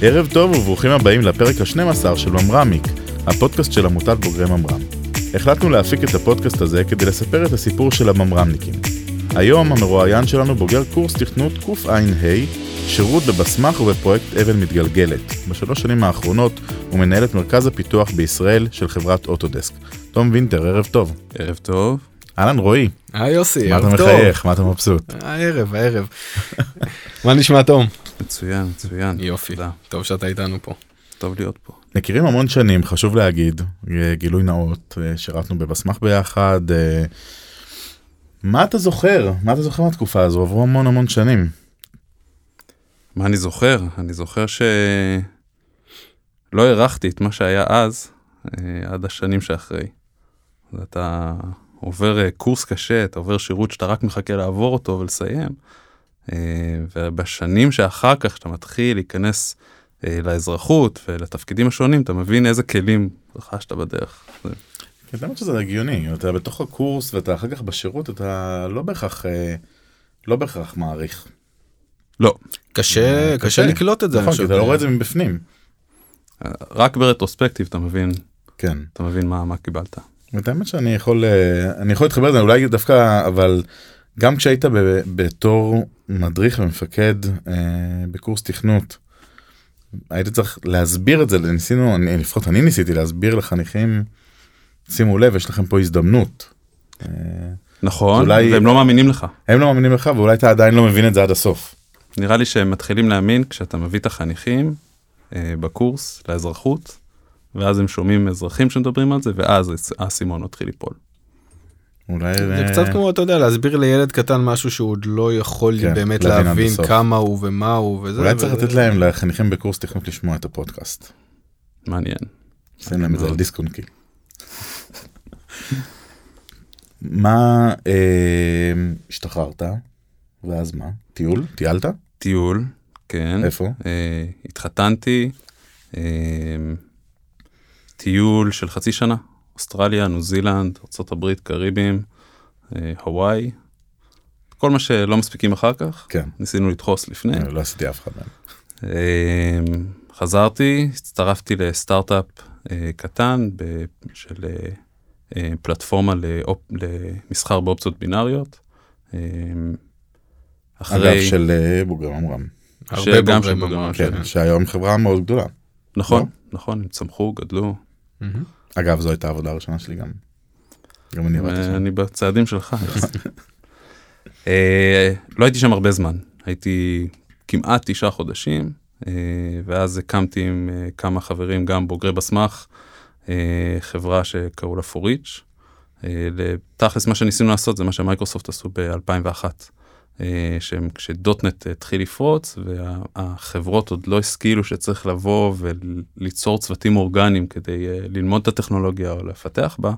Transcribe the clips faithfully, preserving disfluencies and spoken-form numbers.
ערב טוב וברוכים הבאים לפרק ה-שנים עשר של ממרמיק, הפודקאסט של עמותת בוגרי ממר"ם. החלטנו להפיק את הפודקאסט הזה כדי לספר את הסיפור של הממר"מניקים. היום המרואיין שלנו בוגר קורס תכנות קע"ה, שירות בבסמך ובפרויקט אבן מתגלגלת. בשלוש שנים האחרונות הוא מנהל את מרכז הפיתוח בישראל של חברת אוטודסק. תום וינטר, ערב טוב. ערב טוב. אהלן רועי. היי יוסי, ערב טוב. מה אתה מחייך? מה אתה מבסוט? הערב, הערב. מה נשמע תום? מצוין, מצוין. יופי, טוב שאתה איתנו פה. טוב להיות פה. מכירים המון שנים, חשוב להגיד, גילוי נאות, שירתנו בבסמך ביחד. מה אתה זוכר? מה אתה זוכר מהתקופה הזו? עברו המון המון שנים. מה אני זוכר? אני זוכר שלא הערכתי את מה שהיה אז, עד השנים שאחרי. אתה עובר קורס קשה, אתה עובר שירות שאתה רק מחכה לעבור אותו ולסיים, ובשנים שאחר כך, שאתה מתחיל להיכנס לאזרחות ולתפקידים השונים, אתה מבין איזה כלים רכשת בדרך. כן, באמת שזה הגיוני, אתה בתוך הקורס ואתה אחר כך בשירות, אתה לא בהכרח, לא בהכרח מעריך. לא. קשה, קשה לקלוט את זה. נכון, כי אתה לא רואה את זה מבפנים. רק ברטרוספקטיב אתה מבין, כן. אתה מבין מה, מה קיבלת. ואת האמת שאני יכול, אני יכול להתחבר לזה, אולי דווקא, אבל גם כשהיית בתור מדריך ומפקד בקורס תכנות, היית צריך להסביר את זה, ניסינו, לפחות אני ניסיתי להסביר לחניכים, שימו לב, יש לכם פה הזדמנות. נכון, והם לא מאמינים לך. הם לא מאמינים לך, ואולי אתה עדיין לא מבין את זה עד הסוף. נראה לי שהם מתחילים להאמין כשאתה מביא את החניכים בקורס לאזרחות, ואז הם שומעים אזרחים שמדברים על זה, ואז הסימון מתחיל ליפול. זה קצת כמו, אתה יודע, להסביר לילד קטן משהו שהוא עוד לא יכול באמת להבין כמה הוא ומה הוא וזה. אולי צריך לתת להם לחניכים בקורס תכנות לשמוע את הפודקאסט. מעניין. עושים להם את זה על דיסק-און-קי. מה השתחררת? ואז מה? טיול? טיילת? טיול, כן. איפה? התחתנתי. טיול של חצי שנה. אוסטרליה, ניו זילנד, ארצות הברית, קריבים, הוואי. כל מה שלא מספיקים אחר כך. כן. ניסינו לדחוס לפני. לא עשיתי אף אחד מהם. חזרתי, הצטרפתי לסטארט-אפ קטן של פלטפורמה למסחר באופציות בינאריות. אגב, של בוגרי ממר"ם. גם של בוגרי ממר"ם. כן, שהיום חברה מאוד גדולה. נכון, נכון, הם צמחו, גדלו. אגב, זו הייתה העבודה הראשונה שלי גם. גם אני ראיתי שם. אני בצעדים שלך. לא הייתי שם הרבה זמן. הייתי כמעט תשעה חודשים, ואז הקמתי עם כמה חברים, גם בוגרי בסמך, חברה שקראו לה פוריץ'. תכלס מה שניסינו לעשות זה מה שמייקרוסופט עשו ב-אלפיים ואחת. כשדוטנט התחיל לפרוץ, והחברות עוד לא השכילו שצריך לבוא וליצור צוותים אורגניים כדי ללמוד את הטכנולוגיה או לפתח בה,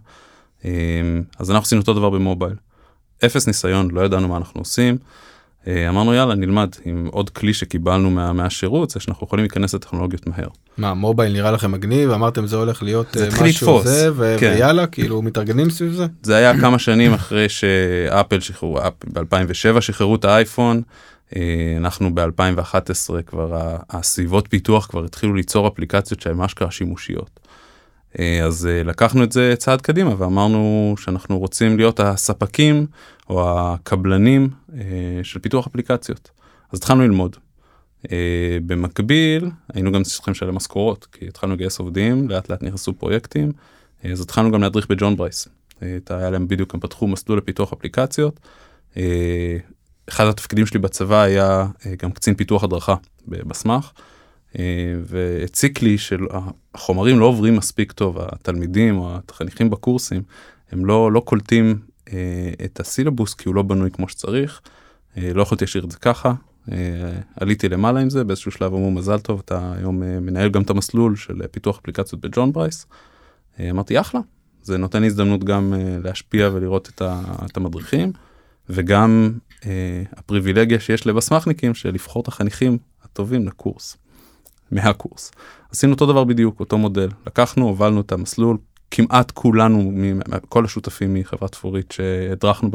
אז אנחנו עשינו אותו דבר במובייל. אפס ניסיון, לא ידענו מה אנחנו עושים, אמרנו יאללה נלמד עם עוד כלי שקיבלנו מה, מהשירות, זה שאנחנו יכולים להיכנס לטכנולוגיות מהר. מה, מובייל נראה לכם מגניב, אמרתם זה הולך להיות זה משהו זה, ו- כן. ויאללה, כאילו מתארגנים סביב זה? זה היה כמה שנים אחרי שאפל שחררו, ב-אלפיים ושבע שחררו את האייפון, אנחנו ב-אלפיים ואחת עשרה כבר, הסביבות פיתוח כבר התחילו ליצור אפליקציות שהן אשכרה שימושיות. אז לקחנו את זה צעד קדימה, ואמרנו שאנחנו רוצים להיות הספקים, או הקבלנים של פיתוח אפליקציות. אז התחלנו ללמוד. במקביל, היינו גם צריכים לשלם משכורות, כי התחלנו לגייס עובדים, לאט לאט נכנסו פרויקטים, אז התחלנו גם להדריך בג'ון ברייס. היה להם בדיוק, הם פתחו מסלול לפיתוח אפליקציות. אחד התפקידים שלי בצבא היה גם קצין פיתוח הדרכה בסמך, והציק לי שהחומרים לא עוברים מספיק טוב, התלמידים או החניכים בקורסים, הם לא, לא קולטים את הסילבוס, כי הוא לא בנוי כמו שצריך, לא יכולתי להשאיר את זה ככה, עליתי למעלה עם זה, באיזשהו שלב אמרו מזל טוב, אתה היום מנהל גם את המסלול של פיתוח אפליקציות בג'ון ברייס, אמרתי אחלה, זה נותן לי הזדמנות גם להשפיע ולראות את המדריכים, וגם הפריבילגיה שיש לבסמכניקים, של לבחור את החניכים הטובים לקורס, מהקורס. עשינו אותו דבר בדיוק, אותו מודל, לקחנו, הובלנו את המסלול, כמעט כולנו, כל השותפים מחברת פורית שהדרכנו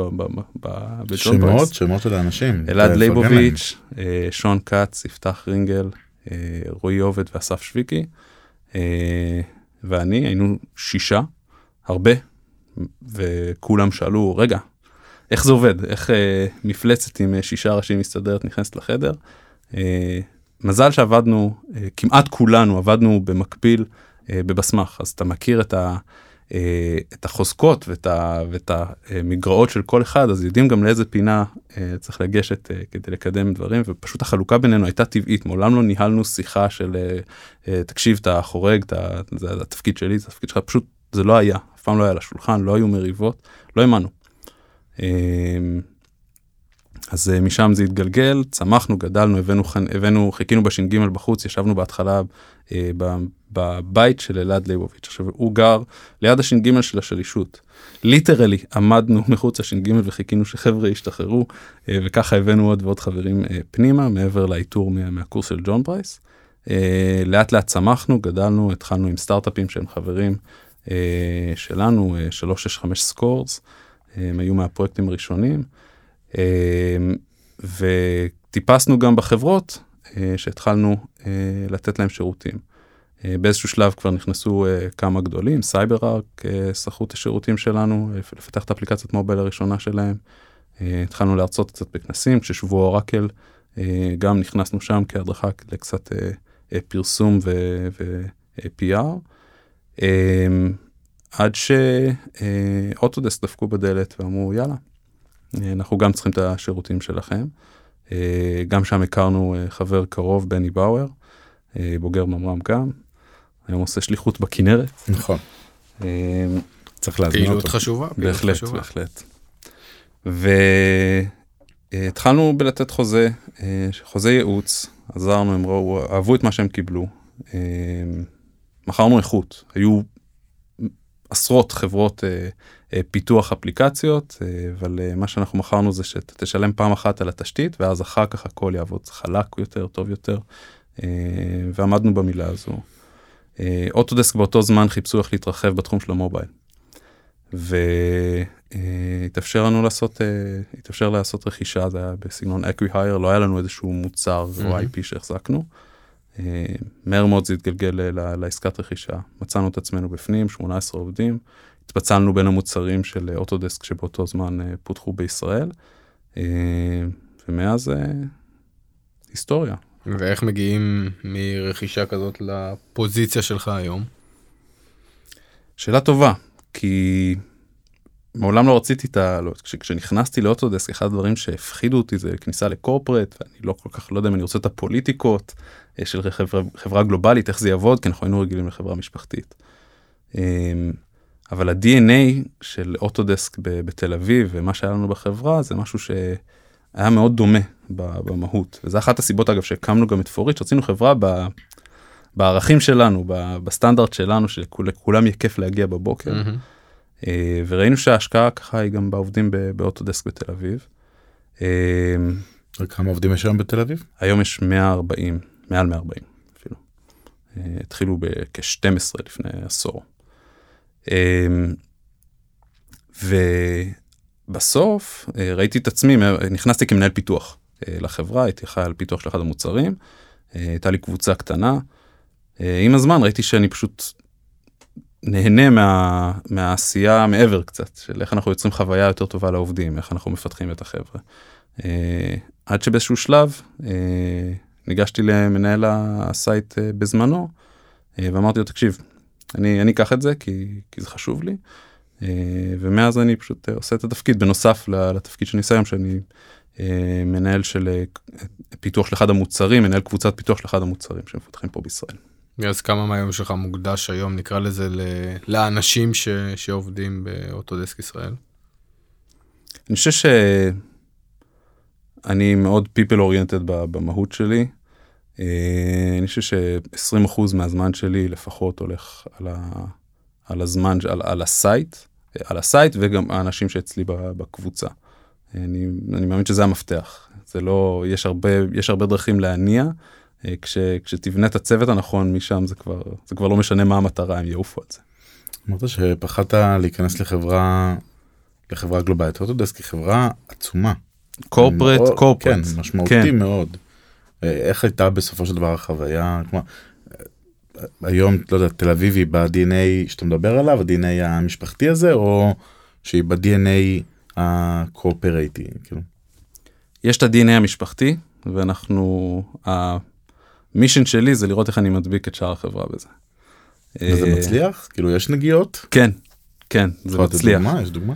בג'ון ברייס. שמות, שמות של האנשים. אלעד ליבוביץ', שון קאץ, יפתח רינגל, רועי עובד ואסף שוויקי, ואני, היינו שישה, הרבה, וכולם שאלו, רגע, איך זה עובד? איך מפלצת עם שישה ראשים מסתדרת נכנסת לחדר? מזל שעבדנו, כמעט כולנו עבדנו במקביל בבסמך, אז אתה מכיר את ה... את החוזקות ואת, ה, ואת המגרעות של כל אחד, אז יודעים גם לאיזה פינה צריך לגשת כדי לקדם דברים, ופשוט החלוקה בינינו הייתה טבעית, מעולם לא ניהלנו שיחה של תקשיב, אתה חורג, אתה, זה התפקיד שלי, זה התפקיד שלך, פשוט זה לא היה, אף פעם לא היה לשולחן, לא היו מריבות, לא האמנו. אז משם זה התגלגל, צמחנו, גדלנו, הבאנו, הבאנו, חיכינו בש"ג בחוץ, ישבנו בהתחלה בבית של אלעד ליבוביץ'. עכשיו, הוא גר ליד הש"ג של השלישות. ליטרלי עמדנו מחוץ לש"ג וחיכינו שחבר'ה ישתחררו, וככה הבאנו עוד ועוד חברים פנימה, מעבר לאיתור מהקורס של ג'ון ברייס. לאט לאט צמחנו, גדלנו, התחלנו עם סטארט-אפים שהם חברים שלנו, שלוש שש חמש סקורס, הם היו מהפרויקטים הראשונים, וטיפסנו גם בחברות שהתחלנו לתת להם שירותים. באיזשהו שלב כבר נכנסו כמה גדולים, סייברארק שכרו את השירותים שלנו, לפתח את האפליקציית מובייל הראשונה שלהם, התחלנו להרצות קצת בכנסים, כששבוע אורקל גם נכנסנו שם כהדרכה לקצת פרסום ו-פי אר, עד שאוטודסק דפקו בדלת ואמרו יאללה, אנחנו גם צריכים את השירותים שלכם. גם שם הכרנו חבר קרוב, בני באואר, בוגר ממר"ם גם. היום עושה שליחות בכנרת. נכון. צריך להזמין אותו. פעילות חשובה. בהחלט, בהחלט. והתחלנו בלתת חוזה, חוזה ייעוץ, עזרנו, הם ראו, אהבו את מה שהם קיבלו. מכרנו איכות. היו עשרות חברות פיתוח אפליקציות, אבל מה שאנחנו מכרנו זה שתשלם פעם אחת על התשתית, ואז אחר כך הכל יעבוד חלק יותר, טוב יותר, ועמדנו במילה הזו. אוטודסק באותו זמן חיפשו איך להתרחב בתחום של המובייל, והתאפשר לנו לעשות, התאפשר לעשות רכישה, זה היה בסגנון אקווי-הייר, לא היה לנו איזשהו מוצר או איי פי שהחזקנו, מהר מאוד זה התגלגל לעסקת רכישה, מצאנו את עצמנו בפנים, שמונה עשרה עובדים, התפצלנו בין המוצרים של אוטודסק שבאותו זמן פותחו בישראל, ומאז היסטוריה. ואיך מגיעים מרכישה כזאת לפוזיציה שלך היום? שאלה טובה, כי מעולם לא רציתי את ה... כשנכנסתי לאוטודסק, אחד הדברים שהפחידו אותי זה כניסה לקורפרט, ואני לא כל כך, לא יודע אם אני רוצה את הפוליטיקות של חברה, חברה גלובלית, איך זה יעבוד, כי אנחנו היינו רגילים לחברה משפחתית. אבל ה-די אן איי של אוטודסק בתל אביב, ומה שהיה לנו בחברה, זה משהו שהיה מאוד דומה במהות. וזה אחת הסיבות, אגב, שהקמנו גם את פוריץ', רצינו חברה בערכים שלנו, בסטנדרט שלנו, שלכולם יהיה כיף להגיע בבוקר. וראינו שההשקעה ככה היא גם בעובדים באוטודסק בתל אביב. כמה עובדים יש היום בתל אביב? היום יש מאה וארבעים, מעל מאה וארבעים אפילו. התחילו בכ-שתים עשרה לפני עשור. ובסוף ראיתי את עצמי, נכנסתי כמנהל פיתוח לחברה, הייתי חי על פיתוח של אחד המוצרים, הייתה לי קבוצה קטנה, עם הזמן ראיתי שאני פשוט נהנה מה, מהעשייה מעבר קצת, של איך אנחנו יוצרים חוויה יותר טובה לעובדים, איך אנחנו מפתחים את החבר'ה. עד שבאיזשהו שלב ניגשתי למנהל הסייט בזמנו, ואמרתי לו, תקשיב, אני, אני אקח את זה כי, כי זה חשוב לי, ומאז אני פשוט עושה את התפקיד, בנוסף לתפקיד שאני עושה היום, שאני מנהל של פיתוח של אחד המוצרים, מנהל קבוצת פיתוח של אחד המוצרים שמפתחים פה בישראל. אז כמה מהיום שלך מוקדש היום, נקרא לזה, לאנשים ש, שעובדים באוטודסק ישראל? אני חושב שאני מאוד people oriented במהות שלי, אני חושב ש-עשרים אחוז מהזמן שלי לפחות הולך על, ה, על הזמן, על, על הסייט, על הסייט וגם האנשים שאצלי בקבוצה. אני, אני מאמין שזה המפתח. זה לא, יש הרבה, יש הרבה דרכים להניע, כש, כשתבנה את הצוות הנכון משם, זה כבר, זה כבר לא משנה מה המטרה, הם יעופו על זה. אמרת שפחדת להיכנס לחברה, לחברה גלובלית. אוטודסק היא חברה עצומה. קורפרט, קורפרט. כן, משמעותי כן. מאוד. איך הייתה בסופו של דבר החוויה, כמו, היום, לא יודע, תל אביבי ב-די אן איי שאתה מדבר עליו, ה-די אן איי המשפחתי הזה, או שהיא ב-די אן איי הקואופרייטי, כאילו? יש את ה-די אן איי המשפחתי, ואנחנו, המישן שלי זה לראות איך אני מדביק את שאר החברה בזה. וזה מצליח? כאילו, יש נגיעות? כן, כן, זה מצליח. דוגמה, יש דוגמה?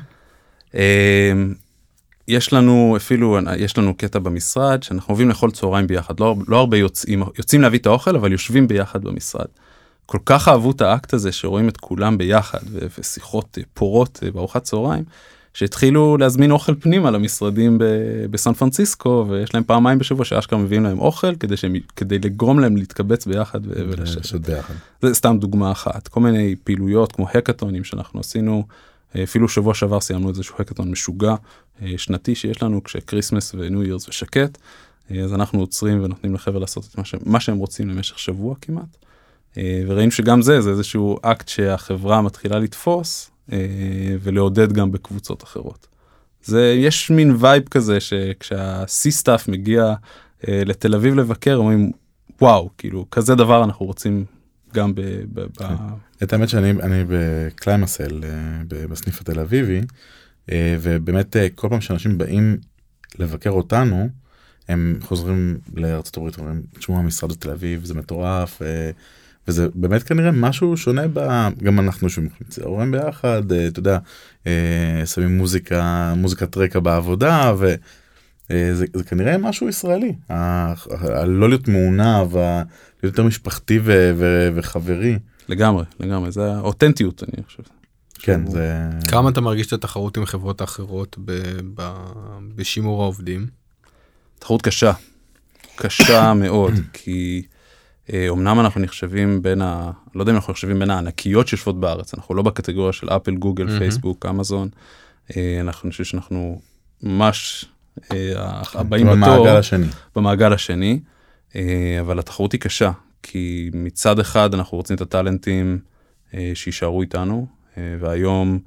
יש לנו אפילו, יש לנו קטע במשרד, שאנחנו אוהבים לאכול צהריים ביחד, לא, לא הרבה יוצאים, יוצאים להביא את האוכל, אבל יושבים ביחד במשרד. כל כך אהבו את האקט הזה, שרואים את כולם ביחד, ו- ושיחות פורות בארוחת צהריים, שהתחילו להזמין אוכל פנימה למשרדים ב- בסן פרנסיסקו, ויש להם פעמיים בשבוע שאשכרה מביאים להם אוכל, כדי, שהם, כדי לגרום להם להתקבץ ביחד ו- ולשבת. ביחד. זה סתם דוגמה אחת. כל מיני פעילויות כמו הקאטונים שאנחנו עשינו, אפילו שבוע שעבר סיימנו איזשהו הקאטון משוגע, שנתי שיש לנו כשקריסמס וניו ירס ושקט, אז אנחנו עוצרים ונותנים לחבר לעשות את מה, ש... מה שהם רוצים למשך שבוע כמעט, וראינו שגם זה, זה איזשהו אקט שהחברה מתחילה לתפוס, ולעודד גם בקבוצות אחרות. זה, יש מין וייב כזה, שכשה-C-Staff מגיע לתל אביב לבקר, אומרים, וואו, כאילו, כזה דבר אנחנו רוצים גם ב... ב... ב... את האמת שאני אני בקליימסל, בסניף התל אביבי, ובאמת כל פעם שאנשים באים לבקר אותנו, הם חוזרים לארצות הברית, אומרים, תשמעו, המשרד בתל אביב, זה מטורף, וזה באמת כנראה משהו שונה, ב... גם אנחנו שומעים ביחד, אתה יודע, שמים מוזיקה, מוזיקת רקע בעבודה, וזה זה כנראה משהו ישראלי, הלא להיות מעונב, להיות יותר משפחתי ו... ו... וחברי. לגמרי, לגמרי, זה האותנטיות, אני חושב. כן, זה... כמה אתה מרגיש את התחרות עם חברות האחרות בשימור העובדים? תחרות קשה, קשה מאוד, כי אומנם אנחנו נחשבים בין ה... לא יודע אם אנחנו נחשבים בין הענקיות שיושבות בארץ, אנחנו לא בקטגוריה של אפל, גוגל, פייסבוק, אמזון, אנחנו חושב שאנחנו ממש הבאים בתור... במעגל השני. במעגל השני, אבל התחרות היא קשה, כי מצד אחד אנחנו רוצים את הטלנטים שישארו איתנו, והיום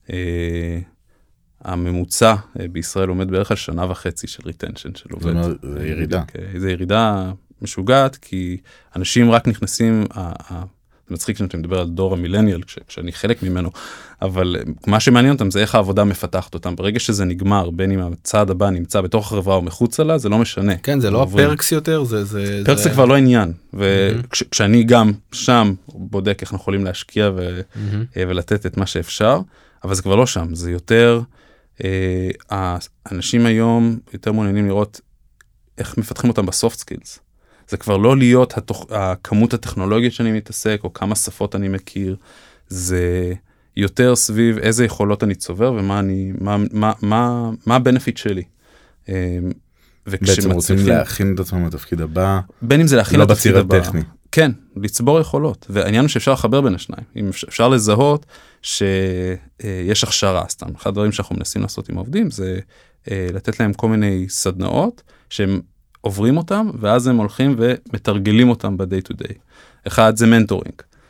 הממוצע בישראל עומד בערך על שנה וחצי של ריטנשן של עובד. זאת אומרת, זה ירידה. זה ירידה משוגעת, כי אנשים רק נכנסים, זה מצחיק שאתה מדבר על דור המילניאל, כשאני חלק ממנו, אבל מה שמעניין אותם זה איך העבודה מפתחת אותם. ברגע שזה נגמר, בין אם הצעד הבא נמצא בתוך החברה או מחוץ לה, זה לא משנה. כן, זה לא הפרקס יותר, זה... פרקס זה כבר לא עניין, וכשאני גם שם בודק איך אנחנו יכולים להשקיע ולתת את מה שאפשר, אבל זה כבר לא שם, זה יותר, האנשים היום יותר מעוניינים לראות איך מפתחים אותם בסופט סקילס. זה כבר לא להיות התוך, הכמות הטכנולוגית שאני מתעסק, או כמה שפות אני מכיר, זה יותר סביב איזה יכולות אני צובר, ומה אני, מה, מה, מה, מה הבנפיט שלי. בעצם רוצים להכין את עצמם לתפקיד הבא, בין אם זה להכין את התפקיד הבא. לא בציר הטכני. כן, לצבור יכולות, והעניין הוא שאפשר לחבר בין השניים, אם אפשר לזהות שיש הכשרה, סתם, אחד הדברים שאנחנו מנסים לעשות עם העובדים, זה לתת להם כל מיני סדנאות, שהם עוברים אותם, ואז הם הולכים ומתרגלים אותם ב-day to day. אחד זה מנטורינג.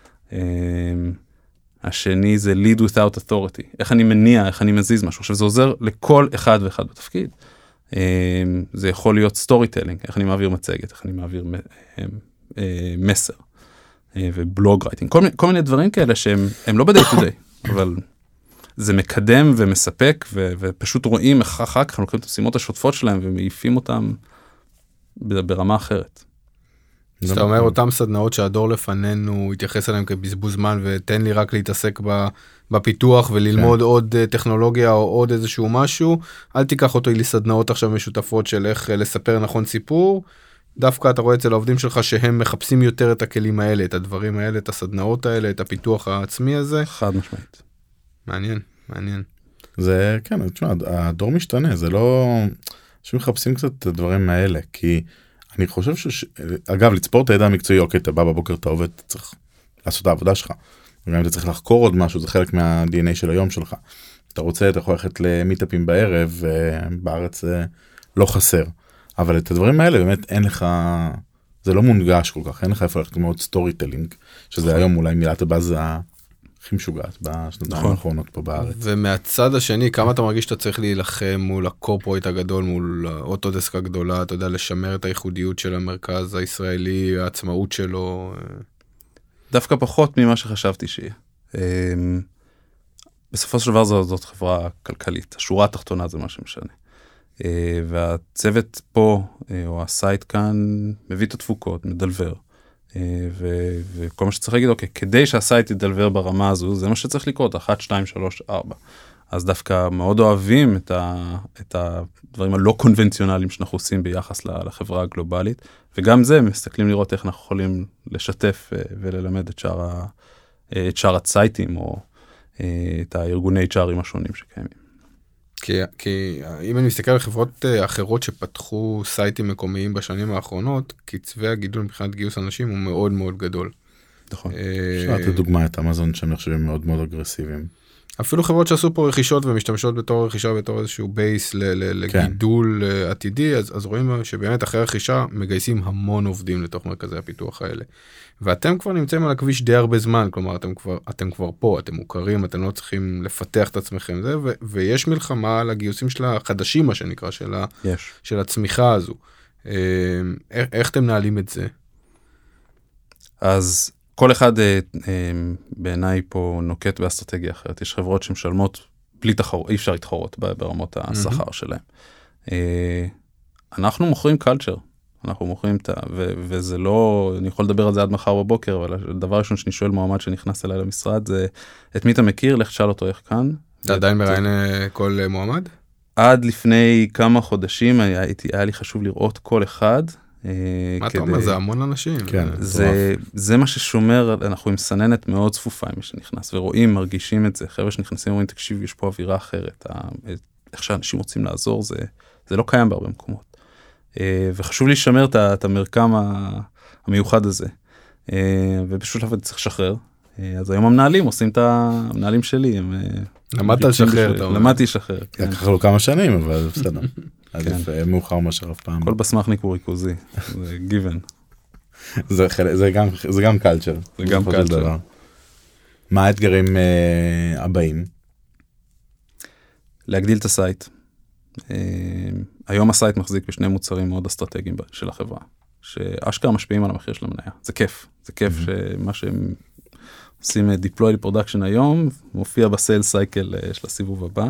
השני זה lead without authority. איך אני מניע, איך אני מזיז משהו. עכשיו זה עוזר לכל אחד ואחד בתפקיד. זה יכול להיות סטורי טיילינג, איך אני מעביר מצגת, איך אני מעביר מסר, ובלוג רייטינג. כל, כל מיני דברים כאלה שהם הם לא ב-day to day, אבל זה מקדם ומספק, ו, ופשוט רואים איך אחר כך הם לוקחים את המשימות השוטפות שלהם, ומעיפים אותם ברמה אחרת. אז אתה אומר, אותם סדנאות שהדור לפנינו התייחס אליהם כבזבוז זמן, ותן לי רק להתעסק בפיתוח וללמוד עוד טכנולוגיה או עוד איזשהו משהו, אל תיקח אותו לסדנאות עכשיו משותפות של איך לספר נכון סיפור, דווקא אתה רואה אצל העובדים שלך שהם מחפשים יותר את הכלים האלה, את הדברים האלה, את הסדנאות האלה, את הפיתוח העצמי הזה. חד משמעית. מעניין, מעניין. זה, כן, תשמע, הדור משתנה, זה לא... שמחפשים קצת את הדברים האלה, כי אני חושב ש... אגב, לצפור את הידע המקצועי, אוקיי, אתה בא בבוקר, אתה עובד, אתה צריך לעשות את העבודה שלך. וגם אתה צריך לחקור עוד משהו, זה חלק מה-די אן איי של היום שלך. אתה רוצה, אתה יכול ללכת למיטאפים בערב, בארץ לא חסר. אבל את הדברים האלה באמת אין לך, זה לא מונגש כל כך, אין לך איפה ללכת מאוד סטורי טלינג, שזה היום אולי מילת הבאז הכי משוגעת בשנתיים האחרונות פה בארץ. ומהצד השני, כמה אתה מרגיש שאתה צריך להילחם מול הקורפורט הגדול, מול האוטודסק הגדולה, אתה יודע, לשמר את הייחודיות של המרכז הישראלי, העצמאות שלו? דווקא פחות ממה שחשבתי שיהיה. בסופו של דבר זאת חברה כלכלית, השורה התחתונה זה מה שמשנה. והצוות פה, או הסייט כאן, מביא את התפוקות, מדלבר. ו- וכל מה שצריך להגיד, אוקיי, כדי שהסייט ידלבר ברמה הזו, זה מה שצריך לקרות, אחת, שתיים, שלוש, ארבע. אז דווקא מאוד אוהבים את, ה- את הדברים הלא קונבנציונליים שאנחנו עושים ביחס לחברה הגלובלית, וגם זה, מסתכלים לראות איך אנחנו יכולים לשתף וללמד את שאר, ה- את שאר הצייטים, או את הארגוני אייץ' ארים השונים שקיימים. כי, כי אם אני מסתכל על חברות אחרות שפתחו סייטים מקומיים בשנים האחרונות, קצבי הגידול מבחינת גיוס אנשים הוא מאוד מאוד גדול. נכון. אפשר לתת דוגמה את אמזון שהם נחשבים מאוד מאוד אגרסיביים. אפילו חברות שעשו פה רכישות ומשתמשות בתור רכישה בתור איזשהו בייס לגידול עתידי, אז, אז רואים שבאמת אחרי רכישה מגייסים המון עובדים לתוך מרכזי הפיתוח האלה. ואתם כבר נמצאים על הכביש די הרבה זמן, כלומר אתם כבר, אתם כבר פה, אתם מוכרים, אתם לא צריכים לפתח את עצמכם, זה, ו, ויש מלחמה על הגיוסים של החדשים, מה שנקרא, של, ה, יש. של הצמיחה הזו. איך, איך אתם נעלים את זה? אז כל אחד בעיניי פה נוקט באסטרטגיה אחרת. יש חברות שמשלמות בלי תחרות, אי אפשר להתחרות ברמות השכר שלהם. אנחנו מוכרים קלצ'ר, אנחנו מוכרים את ה... וזה לא, אני יכול לדבר על זה עד מחר בבוקר, אבל הדבר ראשון שאני שואל מועמד שנכנס אליי למשרד, זה את מי אתה מכיר, לך תשאל אותו איך כאן. אתה עדיין מראיין כל מועמד? עד לפני כמה חודשים היה לי חשוב לראות כל אחד, מה אתה אומר? זה המון אנשים. זה מה ששומר, אנחנו עם סננת מאוד צפופה עם מי שנכנס, ורואים, מרגישים את זה, חבר'ה שנכנסים, אומרים, תקשיב, יש פה אווירה אחרת, איך שאנשים רוצים לעזור, זה לא קיים בהרבה מקומות. וחשוב לי לשמר את המרקם המיוחד הזה, ובשביל לבד צריך לשחרר. אז היום המנהלים עושים את המנהלים שלי. למדת לשחרר. למדתי לשחרר. לקח לו כמה שנים, אבל בסדר. עדיף מאוחר מאשר אף פעם. כל בסמכניק הוא ריכוזי, זה גיוון. זה גם קלצ'ר. זה גם קלצ'ר. מה האתגרים הבאים? להגדיל את הסייט. היום הסייט מחזיק בשני מוצרים מאוד אסטרטגיים של החברה, שאשכרה משפיעים על המחיר של המניה. זה כיף. זה כיף שמה שהם עושים deploy לפרודקשן היום, מופיע בסייל סייקל של הסיבוב הבא.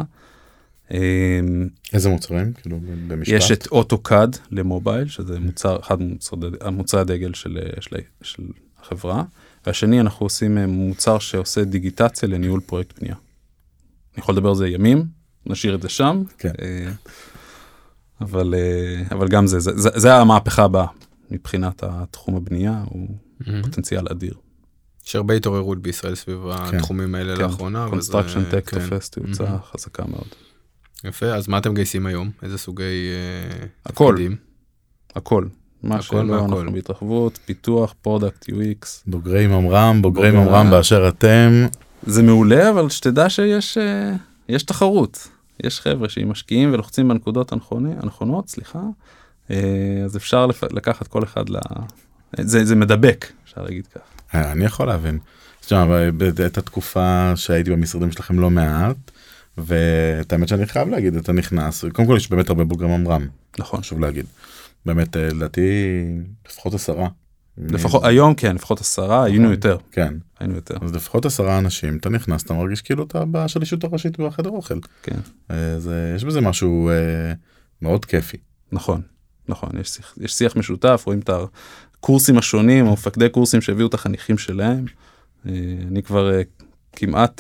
איזה מוצרים? כאילו במשפט? יש את אוטוקאד למובייל, שזה מוצר, אחד מוצרי הדגל של, של, של החברה, והשני אנחנו עושים מוצר שעושה דיגיטציה לניהול פרויקט בנייה. אני יכול לדבר על זה ימים, נשאיר את זה שם, כן. אבל, אבל גם זה, זה, זה, זה המהפכה הבאה, מבחינת התחום הבנייה, הוא mm-hmm. פוטנציאל אדיר. יש הרבה התעוררות בישראל סביב כן. התחומים האלה כן. לאחרונה. קונסטרקשן טק תופס תאוצה mm-hmm. חזקה מאוד. יפה, אז מה אתם גייסים היום? איזה סוגי הכל, תפקידים? הכל. מה שלא אנחנו בהתרחבות, פיתוח, פרודקט, יו אקס. בוגרי ממר"ם, בוגרי ממר"ם באשר אתם. זה מעולה, אבל שתדע שיש יש תחרות. יש חבר'ה שהיא משקיעים ולוחצים בנקודות הנכונות, סליחה. אז אפשר לקחת כל אחד ל... זה, זה מדבק, אפשר להגיד כך. אני יכול להבין. את התקופה שהייתי במשרדים שלכם לא מעט, ואת האמת שאני חייב להגיד, אתה נכנס, קודם כל יש באמת הרבה בוגרי ממר"ם. נכון. חשוב להגיד. באמת, לדעתי, לפחות עשרה. לפחות, היום כן, לפחות עשרה, היינו יותר. כן. היינו יותר. אז לפחות עשרה אנשים, אתה נכנס, אתה מרגיש כאילו אתה בשלישות הראשית בחדר אוכל. כן. יש בזה משהו מאוד כיפי. נכון, נכון. יש שיח, יש שיח משותף, רואים את הקורסים השונים, או מפקדי קורסים שהביאו את החניכים שלהם. אני כבר כמעט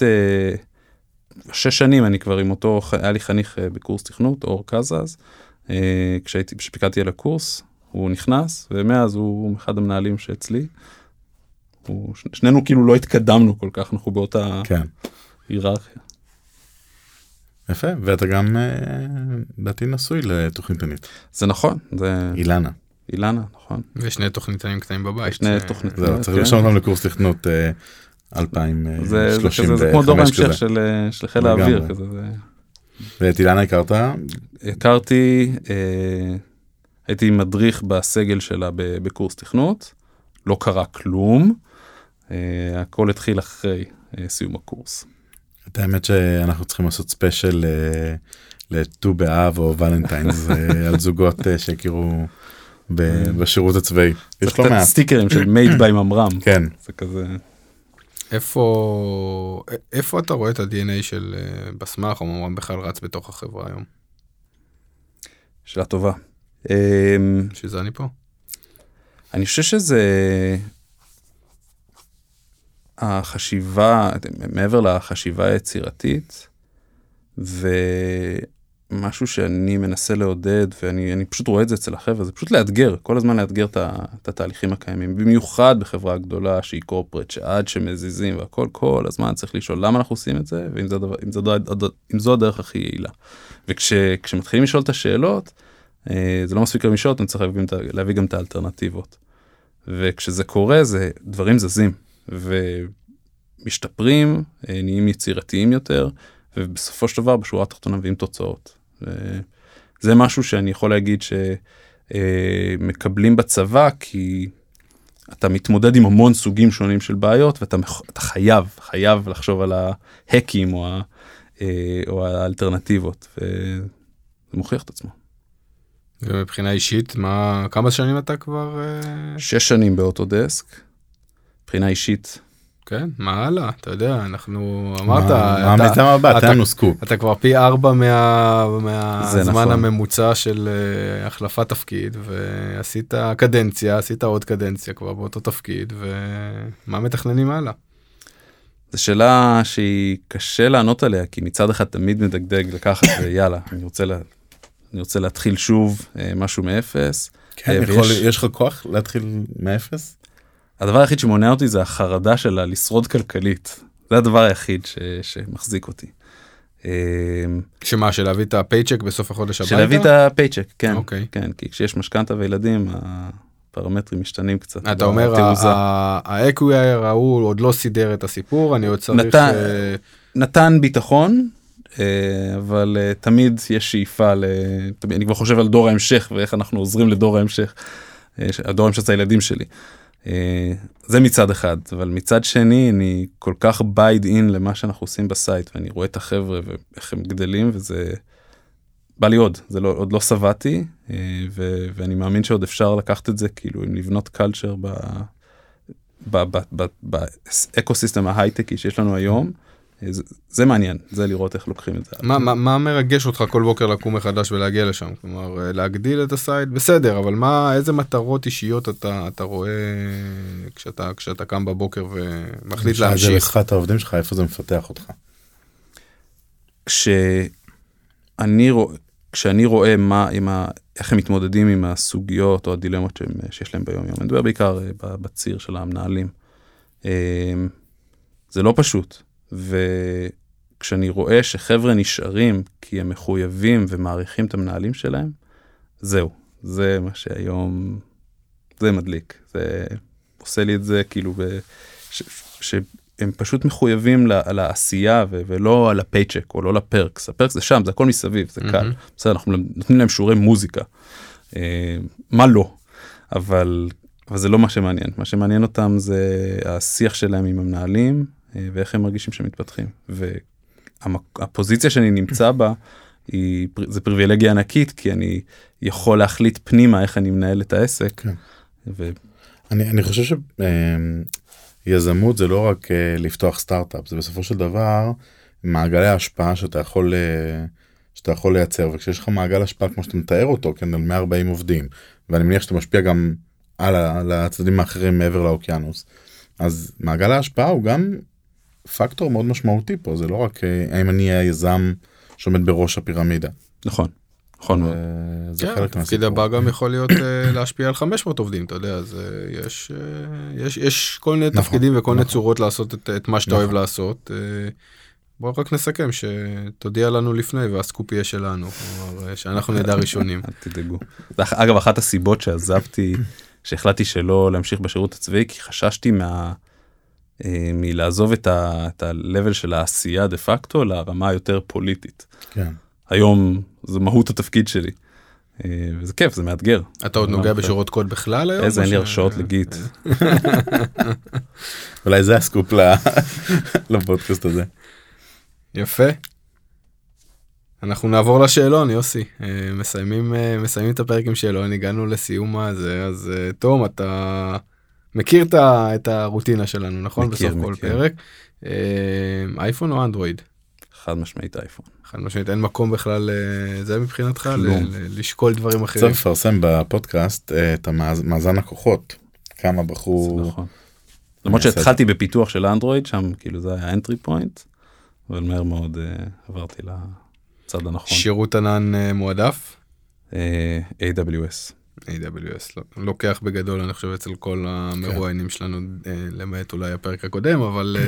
שש שנים, אני כבר עם אותו, היה לי חניך בקורס תכנות, אור קזז, כשהייתי, כשפיקדתי על הקורס, הוא נכנס, ומאז הוא אחד המנהלים שאצלי. הוא, שנינו כאילו לא התקדמנו כל כך, אנחנו באותה כן. היררכיה. יפה, ואתה גם דעתי נשוי לתוכניתנית. זה נכון. זה... אילנה. אילנה, נכון. ושני תוכניתנים קטנים בבית. שני תוכניתנים. זהו, צריך לרשום אותם לקורס תכנות אלפיים שלושים וחמש. זה כמו דור ההמשך של חיל האוויר. ואת אילנה הכרת? הכרתי... הייתי מדריך בסגל שלה בקורס תכנות, לא קרה כלום, הכל התחיל אחרי, סיום הקורס. את האמת שאנחנו צריכים לעשות ספיישל לט"ו באב או ולנטיינס על זוגות שהכירו בשירות הצבאי. יש לא מעט סטיקרים של made by ממר"ם. כן. זה כזה. איפה, איפה אתה רואה את ה-די אן איי של בסמך או ממר"ם בכלל רץ בתוך החברה היום? שאלה טובה. שזה אני פה. אני חושב שזה החשיבה, מעבר לחשיבה היצירתית, ומשהו שאני מנסה לעודד, ואני אני פשוט רואה את זה אצל החבר'ה, זה פשוט לאתגר, כל הזמן לאתגר את, את התהליכים הקיימים, במיוחד בחברה גדולה שהיא קורפרט, שעד שמזיזים והכל, כל הזמן צריך לשאול למה אנחנו עושים את זה, ואם זה הדבר, אם זה, אם זו הדרך הכי יעילה. וכשמתחילים לשאול את השאלות, זה לא מספיק לשאול, אני צריך להביא, להביא גם את האלטרנטיבות. וכשזה קורה, זה דברים זזים, ומשתפרים, נהיים יצירתיים יותר, ובסופו של דבר, בשורה התחתונה, מביאים תוצאות. זה משהו שאני יכול להגיד שמקבלים בצבא, כי אתה מתמודד עם המון סוגים שונים של בעיות, ואתה אתה חייב, חייב לחשוב על ההקים או, ה, או האלטרנטיבות, וזה מוכיח את עצמו. ומבחינה אישית, מה, כמה שנים אתה כבר? שש שנים באוטודסק, מבחינה אישית. כן, מה הלאה? אתה יודע, אנחנו אמרת, מה המיזם הבא? תן לנו סקופ. אתה כבר פי ארבע מהזמן הממוצע של החלפת תפקיד, ועשית קדנציה, עשית עוד קדנציה כבר באותו תפקיד, ומה מתכננים הלאה? זו שאלה שהיא קשה לענות עליה, כי מצד אחד תמיד מדגדג לקחת, ויאללה, אני רוצה לה... אני רוצה להתחיל שוב משהו מאפס. כן, יכול, יש לך כוח להתחיל מאפס? הדבר היחיד שמונע אותי זה החרדה שלה לשרוד כלכלית. זה הדבר היחיד ש, שמחזיק אותי. שמה, שלהביא את הפייצ'ק בסוף החודש הביתה? שלהביא את הפייצ'ק, כן. אוקיי. כן, כי כשיש משכנתה וילדים, הפרמטרים משתנים קצת. אתה אומר, האקווייר ההוא עוד לא סידר את הסיפור, אני עוד צריך... נתן, נתן ביטחון, אבל תמיד יש שאיפה, אני כבר חושב על דור ההמשך, ואיך אנחנו עוזרים לדור ההמשך, הדור ההמשך זה הילדים שלי. זה מצד אחד, אבל מצד שני, אני כל כך בייד אין למה שאנחנו עושים בסייט, ואני רואה את החבר'ה ואיך הם גדלים, וזה בא לי עוד, זה לא, עוד לא סבתי, ו, ואני מאמין שעוד אפשר לקחת את זה, כאילו, אם לבנות קלצ'ר באקוסיסטם ההייטקי שיש לנו היום, זה, זה מעניין, זה לראות איך לוקחים את זה. מה, מה, מה מרגש אותך כל בוקר לקום מחדש ולהגיע לשם? כלומר, להגדיל את הסייט, בסדר, אבל מה, איזה מטרות אישיות אתה, אתה רואה כשאתה, כשאתה קם בבוקר ומחליט להמשיך? זה לשפת העובדים שלך, איפה זה מפתח אותך? כשאני רואה, כשאני רואה מה, ה, איך הם מתמודדים עם הסוגיות או הדילמות שהם, שיש להם ביום יום, אני מדבר בעיקר בציר של המנהלים. זה לא פשוט. וכשאני רואה שחבר'ה נשארים כי הם מחויבים ומעריכים את המנהלים שלהם, זהו, זה מה שהיום, זה מדליק, זה עושה לי את זה כאילו, ש, שהם פשוט מחויבים לה, לעשייה ו, ולא על הפייצ'ק או לא לפרקס, הפרקס זה שם, זה הכל מסביב, זה קל, mm-hmm. בסדר, אנחנו נותנים להם שיעורי מוזיקה, אה, מה לא, אבל, אבל זה לא מה שמעניין, מה שמעניין אותם זה השיח שלהם עם המנהלים, ואיך הם מרגישים שמתפתחים. והפוזיציה שאני נמצא בה, היא, זה פריבילגיה ענקית, כי אני יכול להחליט פנימה איך אני מנהל את העסק. כן. ו... אני, אני חושב שיזמות זה לא רק לפתוח סטארט-אפ, זה בסופו של דבר מעגלי ההשפעה שאתה יכול, שאתה יכול לייצר, וכשיש לך מעגל השפעה כמו שאתה מתאר אותו, כן, על מאה וארבעים עובדים, ואני מניח שאתה משפיע גם על הצדדים האחרים מעבר לאוקיינוס, אז מעגל ההשפעה הוא גם פקטור מאוד משמעותי פה, זה לא רק האם אני היזם שעומד בראש הפירמידה. נכון, נכון. זה חלק מהסיפור. תפקיד הבא גם יכול להיות להשפיע על חמש מאות עובדים, אתה יודע, אז יש כל מיני תפקידים וכל מיני צורות לעשות את מה שאתה אוהב לעשות. בואו רק נסכם שתודיע לנו לפני והסקופ יהיה שלנו, שאנחנו נדע ראשונים. אל תדאגו. אגב, אחת הסיבות שעזבתי, שהחלטתי שלא להמשיך בשירות הצבאי, כי חששתי מה... מלעזוב את ה-level של העשייה דה פקטו לרמה היותר פוליטית. כן. היום זה מהות התפקיד שלי. וזה כיף, זה מאתגר. אתה עוד נוגע בשורות קוד בכלל היום? איזה, אין לי הרשאות לגיט. אולי זה הסקופ לפודקאסט הזה. יפה. אנחנו נעבור לשאלון, יוסי. מסיימים, מסיימים את הפרק עם שאלון, הגענו לסיום הזה, אז תום, אתה מכיר את הרוטינה שלנו, נכון? מכיר, בסוף כל מכיר. פרק. אייפון או אנדרואיד? חד משמעית אייפון. חד משמעית, אין מקום בכלל, זה מבחינתך, כלום. לשקול דברים אחרים. צריך לפרסם בפודקאסט את המאזן הכוחות, כמה בחרו... זה נכון. למרות שהתחלתי בפיתוח של אנדרואיד, שם כאילו זה היה entry point, אבל מהר מאוד עברתי לצד הנכון. שירות ענן מועדף? איי דאבליו אס. איי דאבליו אס, לוקח בגדול, אני חושב, אצל כל המרואיינים שלנו, למעט אולי הפרק הקודם, אבל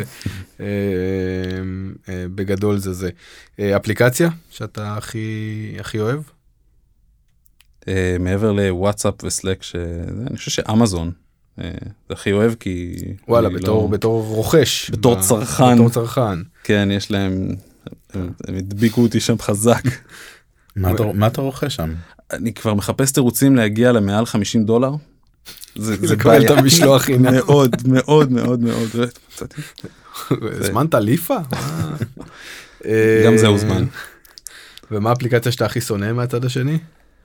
בגדול זה זה. אפליקציה שאתה הכי הכי אוהב? מעבר לוואטסאפ וסלק, אני חושב שאמזון, זה הכי אוהב כי... וואלה, בתור רוכש. בתור צרכן. בתור צרכן. כן, יש להם, הם הדביקו אותי שם חזק. מה אתה רוכש שם? אני כבר מחפש תירוצים להגיע למעל חמישים דולר. זה קבל את המשלוח חינם. מאוד, מאוד, מאוד, מאוד. הזמנת ליפה? גם זהו זמן. ומה האפליקציה שאתה הכי שונא מהצד השני?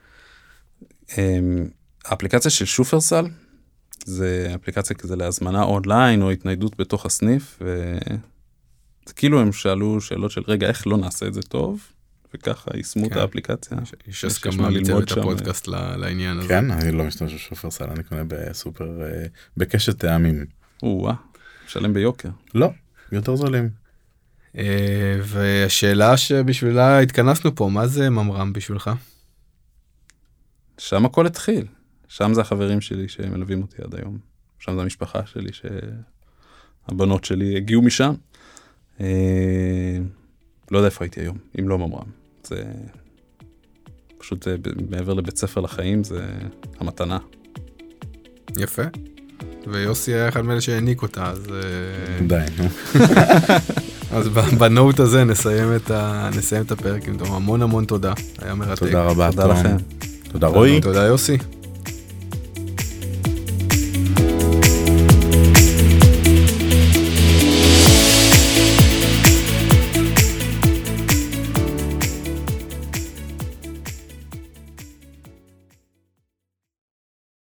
האפליקציה של שופרסל, זה אפליקציה כזה להזמנה אונליין או התניידות בתוך הסניף, וזה כאילו הם שאלו שאלות של רגע, איך לא נעשה את זה טוב? וככה יישמו את האפליקציה. יש הסכמה מצוות הפודקאסט לעניין הזה. כן, אני לא משתמש בשופרסל, אני קונה בסופר, בקשת טעמים. וואה, משלם ביוקר. לא, יותר זולים. והשאלה שבשבילה התכנסנו פה, מה זה ממר"ם בשבילך? שם הכל התחיל. שם זה החברים שלי שמלווים אותי עד היום. שם זה המשפחה שלי, שהבנות שלי הגיעו משם. לא יודע איפה הייתי היום, אם לא ממר"ם. זה פשוט מעבר לבית ספר לחיים, זה המתנה. יפה. ויוסי היה אחד מאלה שהעניק אותה, אז... די, נו. אז בנוט הזה נסיים את, ה... נסיים את הפרק עם תום. המון המון תודה, היה מרתק. תודה רבה, תודה לכם. תודה רועי. תודה יוסי.